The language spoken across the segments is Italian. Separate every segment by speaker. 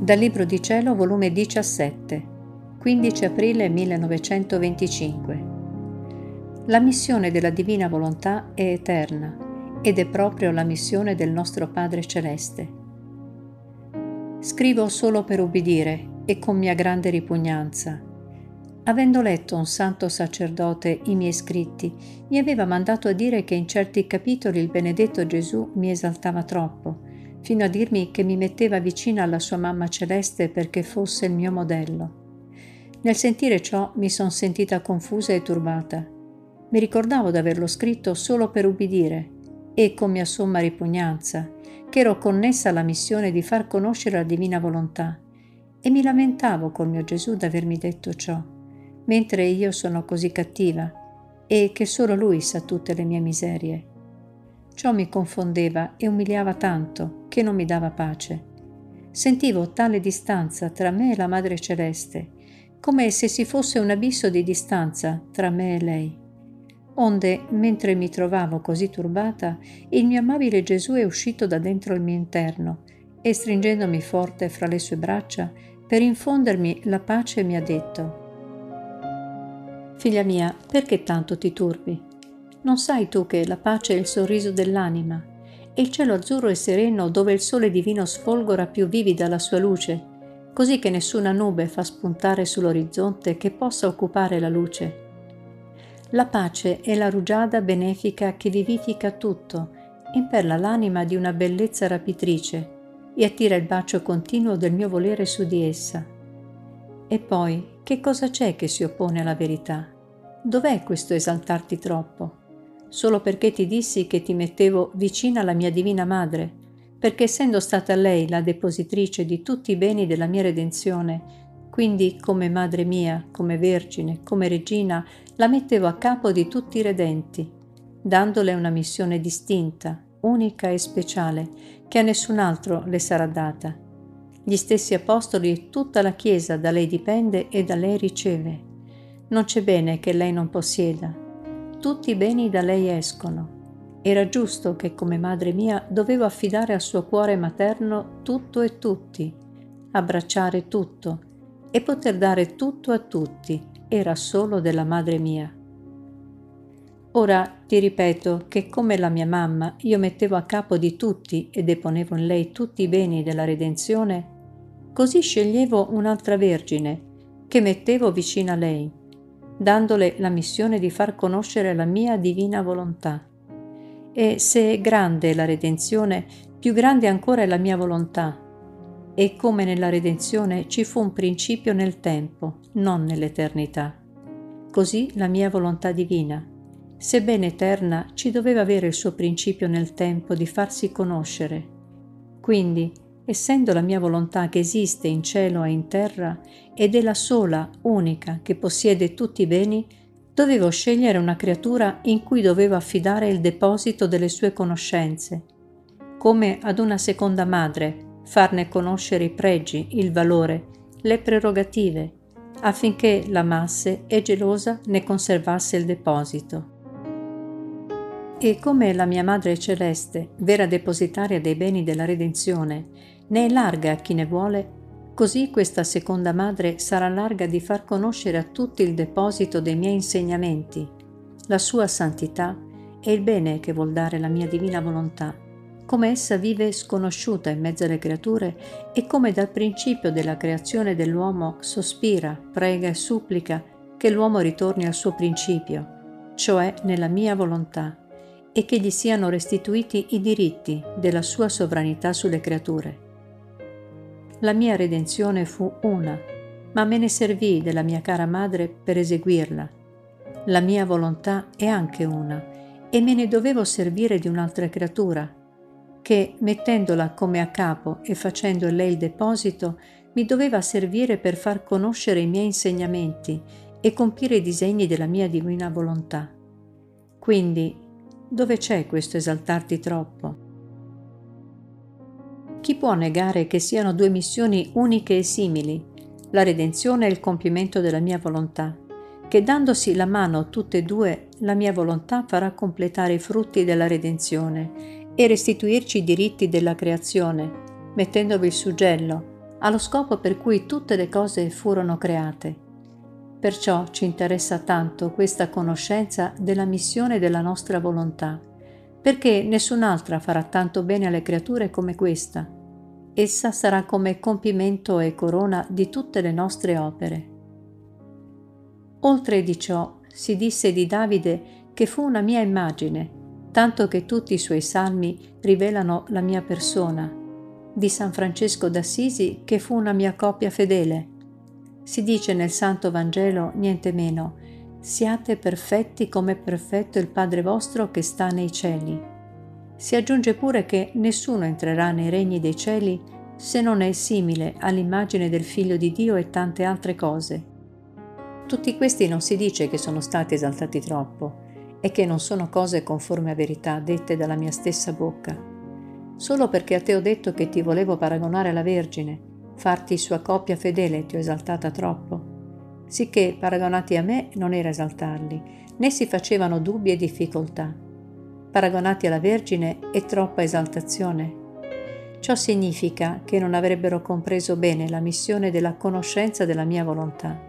Speaker 1: Dal Libro di Cielo, volume 17, 15 aprile 1925. La missione della Divina Volontà è eterna ed è proprio la missione del nostro Padre Celeste. Scrivo solo per ubbidire e con mia grande ripugnanza. Avendo letto un santo sacerdote i miei scritti, mi aveva mandato a dire che in certi capitoli il benedetto Gesù mi esaltava troppo, fino a dirmi che mi metteva vicina alla sua mamma celeste perché fosse il mio modello. Nel sentire ciò mi son sentita confusa e turbata. Mi ricordavo d'averlo scritto solo per ubbidire e con mia somma ripugnanza, che ero connessa alla missione di far conoscere la divina volontà, e mi lamentavo col mio Gesù d'avermi detto ciò, mentre io sono così cattiva e che solo Lui sa tutte le mie miserie. Ciò mi confondeva e umiliava tanto che non mi dava pace. Sentivo tale distanza tra me e la Madre Celeste, come se si fosse un abisso di distanza tra me e lei. Onde, mentre mi trovavo così turbata, il mio amabile Gesù è uscito da dentro il mio interno e, stringendomi forte fra le sue braccia, per infondermi la pace mi ha detto: «Figlia mia, perché tanto ti turbi? Non sai tu che la pace è il sorriso dell'anima, e il cielo azzurro e sereno dove il sole divino sfolgora più vivida la sua luce, così che nessuna nube fa spuntare sull'orizzonte che possa occupare la luce. La pace è la rugiada benefica che vivifica tutto, imperla l'anima di una bellezza rapitrice e attira il bacio continuo del mio volere su di essa. E poi, che cosa c'è che si oppone alla verità? Dov'è questo esaltarti troppo? Solo perché ti dissi che ti mettevo vicina alla mia Divina Madre, perché essendo stata lei la depositrice di tutti i beni della mia redenzione, quindi come Madre mia, come Vergine, come Regina, la mettevo a capo di tutti i redenti, dandole una missione distinta, unica e speciale, che a nessun altro le sarà data. Gli stessi apostoli e tutta la Chiesa da lei dipende e da lei riceve. Non c'è bene che lei non possieda. Tutti i beni da lei escono. Era giusto che come madre mia dovevo affidare al suo cuore materno tutto e tutti, abbracciare tutto e poter dare tutto a tutti. Era solo della madre mia. Ora ti ripeto che come la mia mamma io mettevo a capo di tutti e deponevo in lei tutti i beni della redenzione, così sceglievo un'altra Vergine che mettevo vicina a lei, dandole la missione di far conoscere la mia divina volontà. E se è grande la redenzione, più grande ancora è la mia volontà. E come nella redenzione ci fu un principio nel tempo, non nell'eternità. Così la mia volontà divina, sebbene eterna, ci doveva avere il suo principio nel tempo di farsi conoscere. Quindi, essendo la mia volontà che esiste in cielo e in terra ed è la sola, unica, che possiede tutti i beni, dovevo scegliere una creatura in cui dovevo affidare il deposito delle sue conoscenze, come ad una seconda madre, farne conoscere i pregi, il valore, le prerogative, affinché l'amasse e gelosa ne conservasse il deposito. E come la mia Madre Celeste, vera depositaria dei beni della redenzione, ne è larga a chi ne vuole, così questa seconda madre sarà larga di far conoscere a tutti il deposito dei miei insegnamenti, la sua santità e il bene che vuol dare la mia divina volontà, come essa vive sconosciuta in mezzo alle creature e come dal principio della creazione dell'uomo sospira, prega e supplica che l'uomo ritorni al suo principio, cioè nella mia volontà, e che gli siano restituiti i diritti della sua sovranità sulle creature. La mia redenzione fu una, ma me ne servii della mia cara madre per eseguirla. La mia volontà è anche una, e me ne dovevo servire di un'altra creatura, che, mettendola come a capo e facendo in lei il deposito, mi doveva servire per far conoscere i miei insegnamenti e compiere i disegni della mia divina volontà. Quindi, dove c'è questo esaltarti troppo? Chi può negare che siano due missioni uniche e simili, la redenzione e il compimento della mia volontà, che dandosi la mano tutte e due, la mia volontà farà completare i frutti della redenzione e restituirci i diritti della creazione, mettendovi il suggello, allo scopo per cui tutte le cose furono create. Perciò ci interessa tanto questa conoscenza della missione della nostra volontà, perché nessun'altra farà tanto bene alle creature come questa. Essa sarà come compimento e corona di tutte le nostre opere. Oltre di ciò, si disse di Davide che fu una mia immagine, tanto che tutti i suoi salmi rivelano la mia persona, di San Francesco d'Assisi che fu una mia coppia fedele. Si dice nel Santo Vangelo niente meno: siate perfetti come è perfetto il Padre vostro che sta nei cieli. Si aggiunge pure che nessuno entrerà nei regni dei cieli se non è simile all'immagine del Figlio di Dio e tante altre cose. Tutti questi non si dice che sono stati esaltati troppo e che non sono cose conformi a verità dette dalla mia stessa bocca. Solo perché a te ho detto che ti volevo paragonare alla Vergine, farti sua coppia fedele, ti ho esaltata troppo. Sicché, paragonati a me, non era esaltarli, né si facevano dubbi e difficoltà. Paragonati alla Vergine è troppa esaltazione. Ciò significa che non avrebbero compreso bene la missione della conoscenza della mia volontà.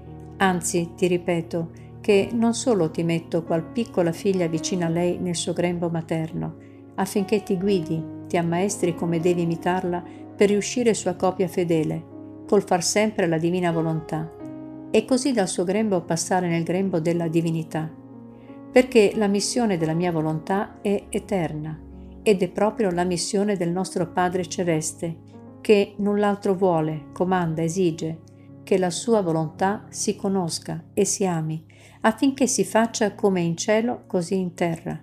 Speaker 1: Anzi, ti ripeto, che non solo ti metto qual piccola figlia vicina a lei nel suo grembo materno, affinché ti guidi, ti ammaestri come devi imitarla per riuscire sua copia fedele, col far sempre la divina volontà, e così dal suo grembo passare nel grembo della divinità. Perché la missione della mia volontà è eterna, ed è proprio la missione del nostro Padre Celeste, che null'altro vuole, comanda, esige, che la sua volontà si conosca e si ami, affinché si faccia come in cielo, così in terra.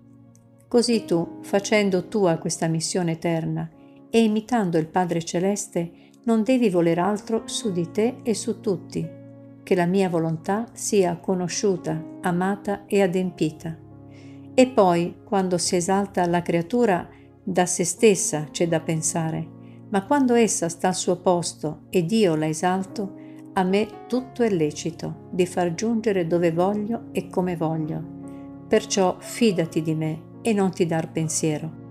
Speaker 1: Così tu, facendo tua questa missione eterna e imitando il Padre Celeste, non devi voler altro su di te e su tutti, che la mia volontà sia conosciuta, amata e adempita. E poi, quando si esalta la creatura, da se stessa c'è da pensare, ma quando essa sta al suo posto ed io la esalto, a me tutto è lecito di far giungere dove voglio e come voglio. Perciò fidati di me e non ti dar pensiero.